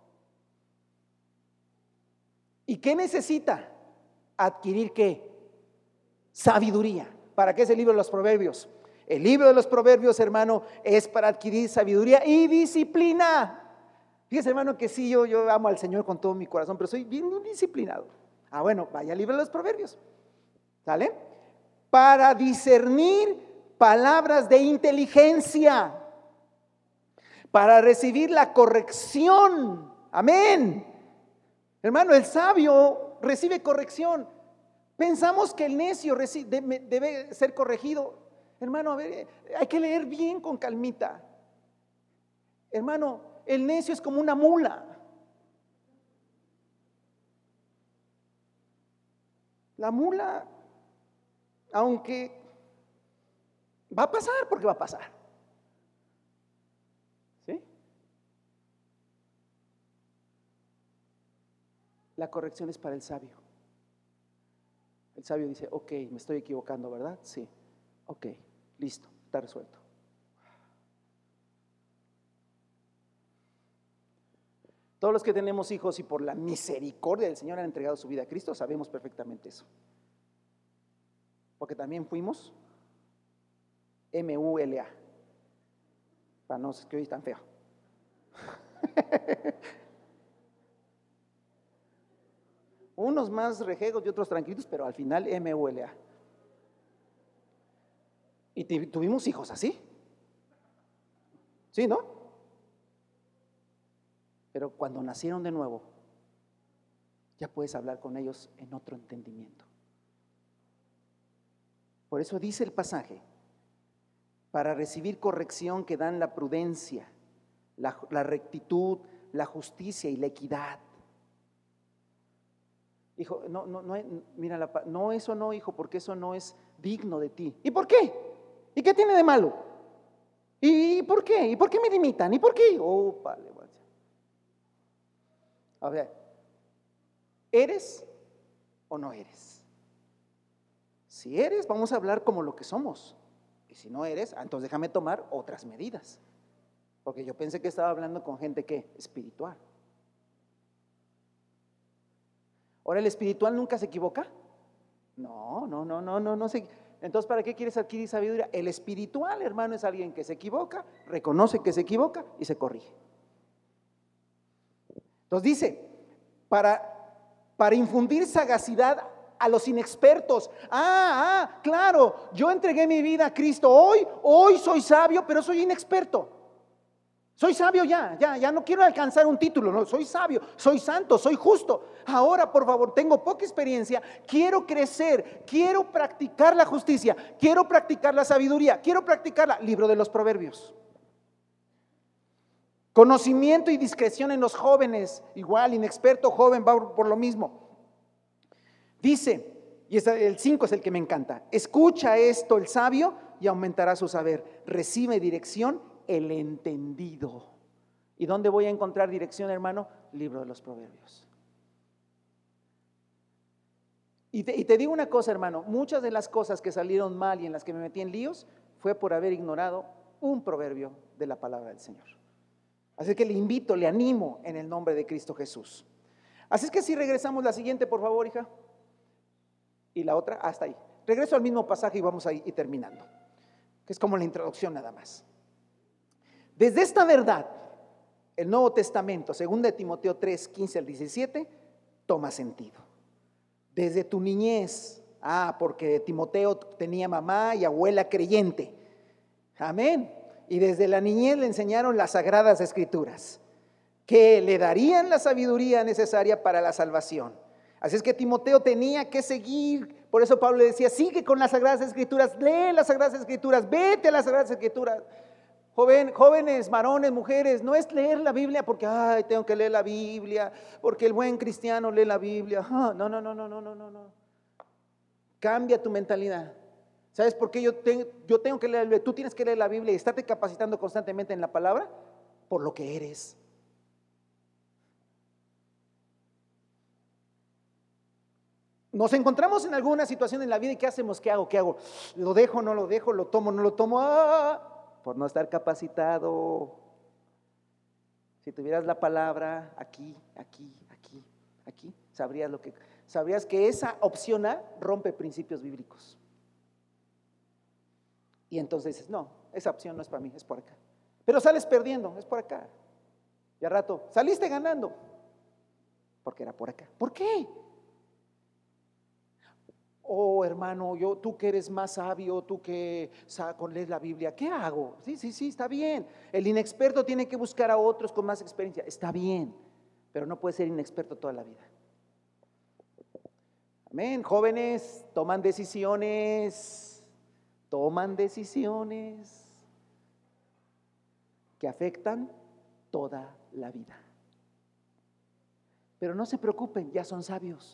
¿Y qué necesita? Adquirir ¿qué? Sabiduría. ¿Para qué es el libro de los Proverbios? El libro de los Proverbios, hermano, es para adquirir sabiduría y disciplina. Fíjese, hermano, que sí, yo, yo amo al Señor con todo mi corazón, pero soy bien indisciplinado. Ah, bueno, vaya al libro de los Proverbios. ¿Sale? Para discernir palabras de inteligencia, para recibir la corrección. Amén. Hermano, el sabio recibe corrección. Pensamos que el necio recibe, debe ser corregido. Hermano, a ver, hay que leer bien con calmita. Hermano, el necio es como una mula. La mula, aunque va a pasar, porque va a pasar. ¿Sí? La corrección es para el sabio. El sabio dice, ok, me estoy equivocando, ¿verdad? Sí, ok, listo, está resuelto. Todos los que tenemos hijos y por la misericordia del Señor han entregado su vida a Cristo, sabemos perfectamente eso. Porque también fuimos M U L A. para no se escribir tan feo. Unos más rejegos y otros tranquilos, pero al final M U L A. Y tuvimos hijos así. ¿Sí, no? Pero cuando nacieron de nuevo, ya puedes hablar con ellos en otro entendimiento. Por eso dice el pasaje, para recibir corrección que dan la prudencia, la, la rectitud, la justicia y la equidad. Hijo, no, no, no, mira, la, no, eso no, hijo, porque eso no es digno de ti. ¿Y por qué? ¿Y qué tiene de malo? ¿Y por qué? ¿Y por qué me limitan? ¿Y por qué? Oh, vale, vale. A ver, ¿eres o no eres? Si eres, vamos a hablar como lo que somos. Y si no eres, entonces déjame tomar otras medidas. Porque yo pensé que estaba hablando con gente que espiritual. Ahora, ¿el espiritual nunca se equivoca? No, no, no, no, no, no se. Entonces, ¿para qué quieres adquirir sabiduría? El espiritual, hermano, es alguien que se equivoca, reconoce que se equivoca y se corrige. Entonces dice, para, para infundir sagacidad a los inexpertos. Ah, ah, claro, yo entregué mi vida a Cristo. Hoy, hoy soy sabio, pero soy inexperto. Soy sabio ya, ya, ya no quiero alcanzar un título, no, soy sabio, soy santo, soy justo. Ahora, por favor, tengo poca experiencia, quiero crecer, quiero practicar la justicia, quiero practicar la sabiduría, quiero practicarla. Libro de los Proverbios. Conocimiento y discreción en los jóvenes, igual, inexperto, joven, va por lo mismo. Dice, y el cinco es el que me encanta, escucha esto el sabio y aumentará su saber, recibe dirección el entendido. ¿Y dónde voy a encontrar dirección, hermano? Libro de los Proverbios. Y te, y te digo una cosa, hermano, muchas de las cosas que salieron mal y en las que me metí en líos fue por haber ignorado un proverbio de la palabra del Señor. Así que le invito, le animo en el nombre de Cristo Jesús. Así es que si regresamos la siguiente, por favor, hija. Y la otra, hasta ahí. Regreso al mismo pasaje y vamos a ir terminando, que es como la introducción nada más. Desde esta verdad, el Nuevo Testamento, según de Timoteo tres, quince al diecisiete, toma sentido. Desde tu niñez, ah, porque Timoteo tenía mamá y abuela creyente, amén. Y desde la niñez le enseñaron las sagradas escrituras, que le darían la sabiduría necesaria para la salvación. Así es que Timoteo tenía que seguir, por eso Pablo le decía, sigue con las sagradas escrituras, lee las sagradas escrituras, vete a las sagradas escrituras. Joven, jóvenes, varones, mujeres, no es leer la Biblia porque, ay, tengo que leer la Biblia, porque el buen cristiano lee la Biblia. Ah, no, no, no, no, no, no, no, no. Cambia tu mentalidad. ¿Sabes por qué yo, te, yo tengo que leer la Biblia? Tú tienes que leer la Biblia y estarte capacitando constantemente en la palabra por lo que eres. Nos encontramos en alguna situación en la vida y ¿qué hacemos? ¿Qué hago? ¿Qué hago? ¿Lo dejo? ¿No lo dejo? ¿Lo tomo? ¿No lo tomo? ¡Ah! Por no estar capacitado. Si tuvieras la palabra aquí, aquí, aquí, aquí, sabrías lo que, sabrías que esa opción A rompe principios bíblicos. Y entonces dices, no, esa opción no es para mí, es por acá. Pero sales perdiendo, es por acá. Y al rato, saliste ganando, porque era por acá. ¿Por qué? Oh, hermano, yo, tú que eres más sabio, tú que lees la Biblia, ¿qué hago? Sí, sí, sí, está bien. El inexperto tiene que buscar a otros con más experiencia, está bien, pero no puede ser inexperto toda la vida. Amén. Jóvenes, toman decisiones, toman decisiones que afectan toda la vida. Pero no se preocupen, ya son sabios.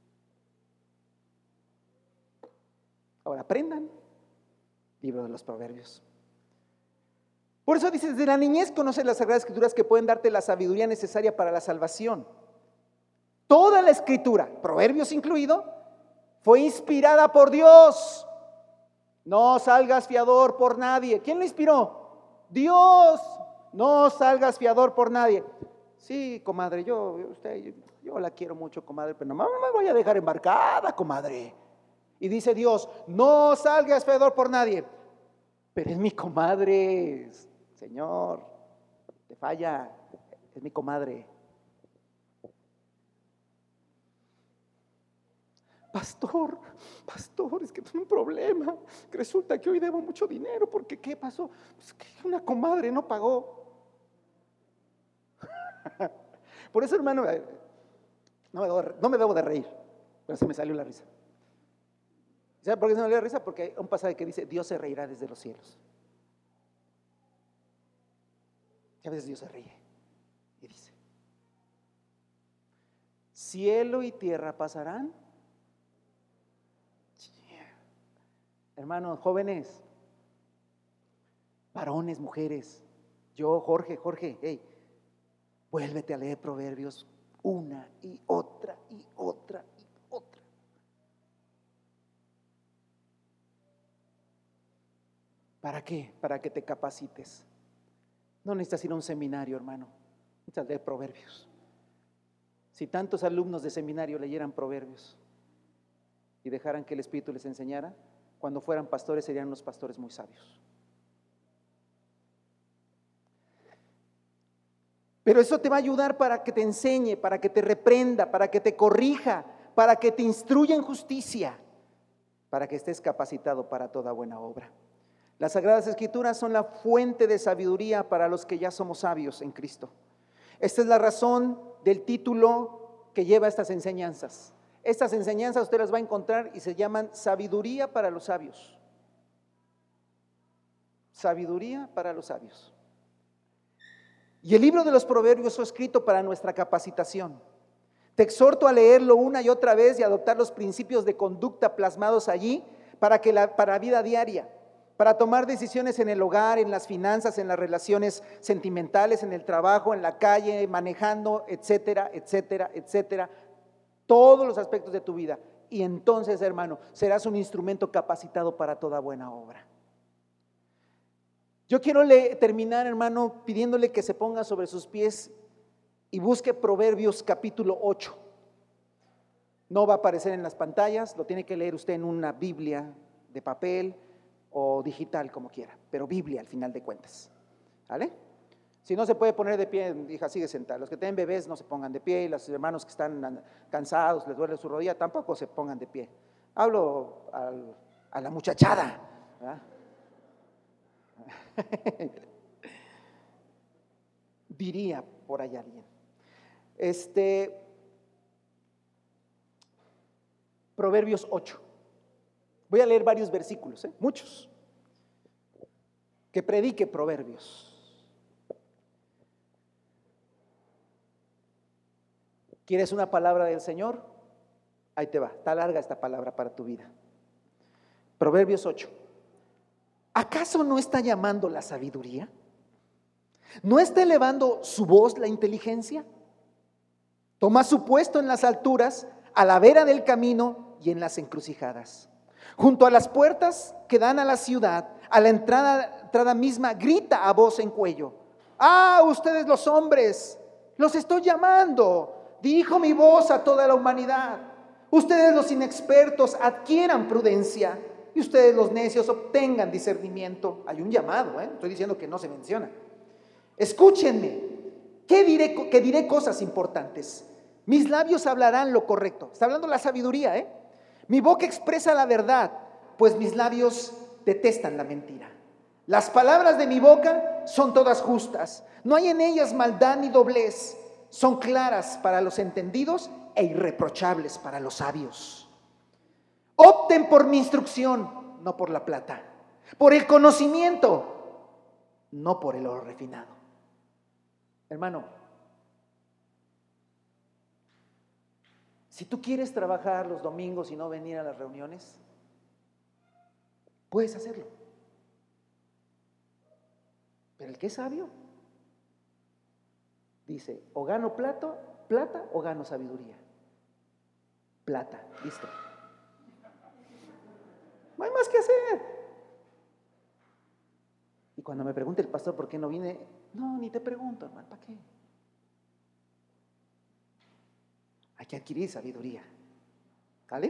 Ahora aprendan, libro de los Proverbios. Por eso dice, desde la niñez conoces las sagradas escrituras que pueden darte la sabiduría necesaria para la salvación. Toda la escritura, Proverbios incluido, fue inspirada por Dios. No salgas fiador por nadie. ¿Quién lo inspiró? Dios. No salgas fiador por nadie. Sí, comadre, yo, usted, yo, yo la quiero mucho, comadre, pero no me voy a dejar embarcada, comadre. Y dice Dios, no salgas fiador por nadie. Pero es mi comadre. Señor, te falla, es mi comadre. Pastor, pastor, es que tengo un problema. Resulta que hoy debo mucho dinero. Porque ¿qué pasó? Pues que una comadre no pagó. Por eso, hermano, no me, debo, no me debo de reír, pero se me salió la risa. ¿Sabe por qué se me salió la risa? Porque hay un pasaje que dice: Dios se reirá desde los cielos. Y a veces Dios se ríe y dice: cielo y tierra pasarán. Hermanos, jóvenes, varones, mujeres, yo, Jorge, Jorge, hey, vuélvete a leer Proverbios una y otra y otra y otra. ¿Para qué? Para que te capacites. No necesitas ir a un seminario, hermano, necesitas leer Proverbios. Si tantos alumnos de seminario leyeran Proverbios y dejaran que el Espíritu les enseñara, cuando fueran pastores serían unos pastores muy sabios. Pero eso te va a ayudar para que te enseñe, para que te reprenda, para que te corrija, para que te instruya en justicia, para que estés capacitado para toda buena obra. Las Sagradas Escrituras son la fuente de sabiduría para los que ya somos sabios en Cristo. Esta es la razón del título que lleva estas enseñanzas. Estas enseñanzas usted las va a encontrar y se llaman sabiduría para los sabios. Sabiduría para los sabios. Y el libro de los Proverbios fue escrito para nuestra capacitación. Te exhorto a leerlo una y otra vez y a adoptar los principios de conducta plasmados allí para que la para vida diaria, para tomar decisiones en el hogar, en las finanzas, en las relaciones sentimentales, en el trabajo, en la calle, manejando, etcétera, etcétera, etcétera. Todos los aspectos de tu vida. Y entonces, hermano, serás un instrumento capacitado para toda buena obra. Yo quiero le, terminar, hermano, pidiéndole que se ponga sobre sus pies y busque Proverbios capítulo ocho. No va a aparecer en las pantallas, lo tiene que leer usted en una Biblia de papel o digital, como quiera, pero Biblia al final de cuentas. ¿Vale? Si no se puede poner de pie, hija, sigue sentada. Los que tienen bebés no se pongan de pie, y los hermanos que están cansados, les duele su rodilla, tampoco se pongan de pie. Hablo al, a la muchachada, ¿verdad? Diría por ahí alguien. Este, Proverbios ocho. Voy a leer varios versículos, ¿eh? Muchos. Que predique Proverbios. ¿Quieres una palabra del Señor? Ahí te va, está larga esta palabra para tu vida. Proverbios ocho. ¿Acaso no está llamando la sabiduría? ¿No está elevando su voz la inteligencia? Toma su puesto en las alturas, a la vera del camino y en las encrucijadas. Junto a las puertas que dan a la ciudad, a la entrada, entrada misma, grita a voz en cuello. ¡Ah, ustedes los hombres! Los estoy llamando. Dirijo mi voz a toda la humanidad. Ustedes los inexpertos adquieran prudencia y ustedes los necios obtengan discernimiento. Hay un llamado, ¿eh? Estoy diciendo que no se menciona. Escúchenme, que diré, que diré cosas importantes. Mis labios hablarán lo correcto. Está hablando la sabiduría, ¿eh? Mi boca expresa la verdad, pues mis labios detestan la mentira. Las palabras de mi boca son todas justas. No hay en ellas maldad ni doblez. Son claras para los entendidos e irreprochables para los sabios. Opten por mi instrucción, no por la plata, por el conocimiento, no por el oro refinado. Hermano, si tú quieres trabajar los domingos y no venir a las reuniones, puedes hacerlo. Pero el que es sabio dice, o gano plata, plata o gano sabiduría. Plata, listo. No hay más que hacer. Y cuando me pregunte el pastor por qué no vine, no, ni te pregunto, hermano, ¿para qué? Hay que adquirir sabiduría. ¿Vale?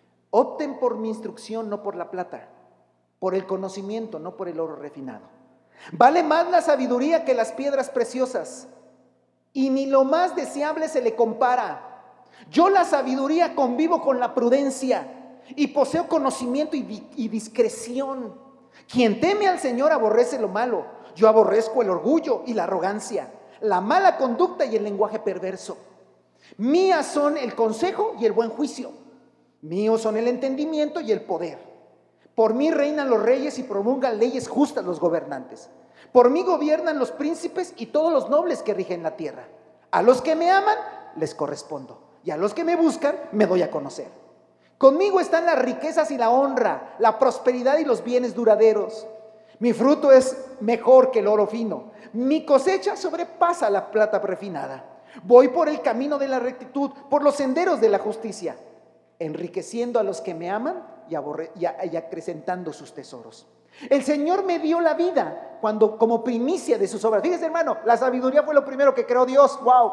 Opten por mi instrucción, no por la plata, por el conocimiento, no por el oro refinado. Vale más la sabiduría que las piedras preciosas, y ni lo más deseable se le compara. Yo, la sabiduría, convivo con la prudencia y poseo conocimiento y, di- y discreción. Quien teme al Señor aborrece lo malo. Yo aborrezco el orgullo y la arrogancia, la mala conducta y el lenguaje perverso. Mías son el consejo y el buen juicio. Míos son el entendimiento y el poder. Por mí reinan los reyes y promulgan leyes justas los gobernantes. Por mí gobiernan los príncipes y todos los nobles que rigen la tierra. A los que me aman les correspondo, y a los que me buscan me doy a conocer. Conmigo están las riquezas y la honra, la prosperidad y los bienes duraderos. Mi fruto es mejor que el oro fino. Mi cosecha sobrepasa la plata refinada. Voy por el camino de la rectitud, por los senderos de la justicia, enriqueciendo a los que me aman y, aborre, y, a, y acrecentando sus tesoros. El Señor me dio la vida cuando, como primicia de sus obras. Fíjese, hermano, la sabiduría fue lo primero que creó Dios. ¡Wow!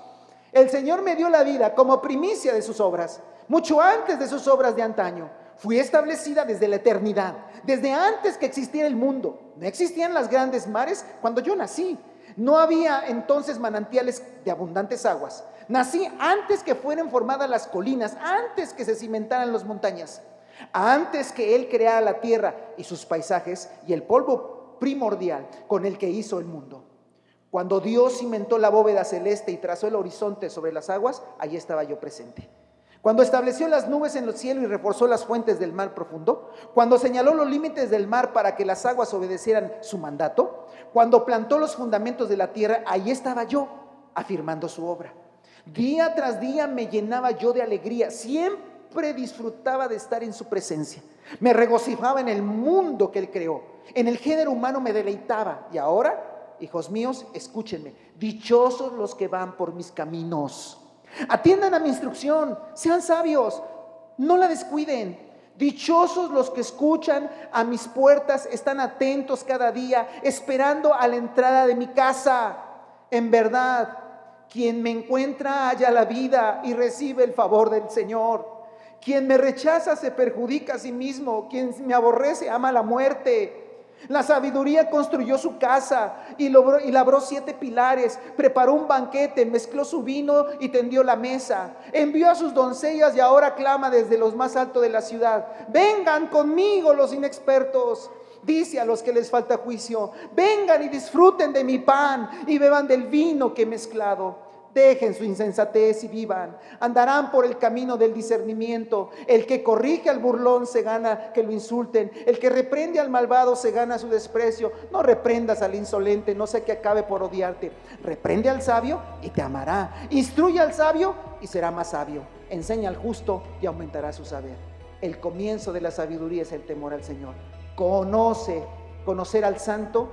El Señor me dio la vida como primicia de sus obras, mucho antes de sus obras de antaño. Fui establecida desde la eternidad, desde antes que existiera el mundo. No existían las grandes mares cuando yo nací. No había entonces manantiales de abundantes aguas. Nací antes que fueran formadas las colinas, antes que se cimentaran las montañas, antes que Él creara la tierra y sus paisajes y el polvo primordial con el que hizo el mundo. Cuando Dios cimentó la bóveda celeste y trazó el horizonte sobre las aguas, allí estaba yo presente. Cuando estableció las nubes en el cielo y reforzó las fuentes del mar profundo, cuando señaló los límites del mar para que las aguas obedecieran su mandato, cuando plantó los fundamentos de la tierra, ahí estaba yo, afirmando su obra. Día tras día me llenaba yo de alegría, siempre disfrutaba de estar en su presencia. Me regocijaba en el mundo que Él creó, en el género humano me deleitaba. Y ahora, hijos míos, escúchenme, dichosos los que van por mis caminos. Atiendan a mi instrucción, sean sabios, no la descuiden. Dichosos los que escuchan a mis puertas, están atentos cada día, esperando a la entrada de mi casa. En verdad, quien me encuentra halla la vida y recibe el favor del Señor. Quien me rechaza se perjudica a sí mismo, quien me aborrece ama la muerte. La sabiduría construyó su casa y, logró, y labró siete pilares, preparó un banquete, mezcló su vino y tendió la mesa. Envió a sus doncellas y ahora clama desde los más altos de la ciudad: vengan conmigo los inexpertos. Dice a los que les falta juicio: vengan y disfruten de mi pan y beban del vino que he mezclado. Dejen su insensatez y vivan. Andarán por el camino del discernimiento. El que corrige al burlón se gana que lo insulten. El que reprende al malvado se gana su desprecio. No reprendas al insolente, no sea que acabe por odiarte. Reprende al sabio y te amará. Instruye al sabio y será más sabio. Enseña al justo y aumentará su saber. El comienzo de la sabiduría es el temor al Señor. Conoce, conocer al santo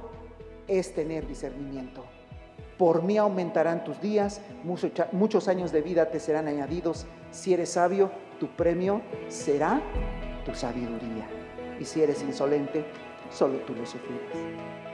es tener discernimiento. Por mí aumentarán tus días, muchos, muchos años de vida te serán añadidos. Si eres sabio, tu premio será tu sabiduría. Y si eres insolente, solo tú lo sufrirás.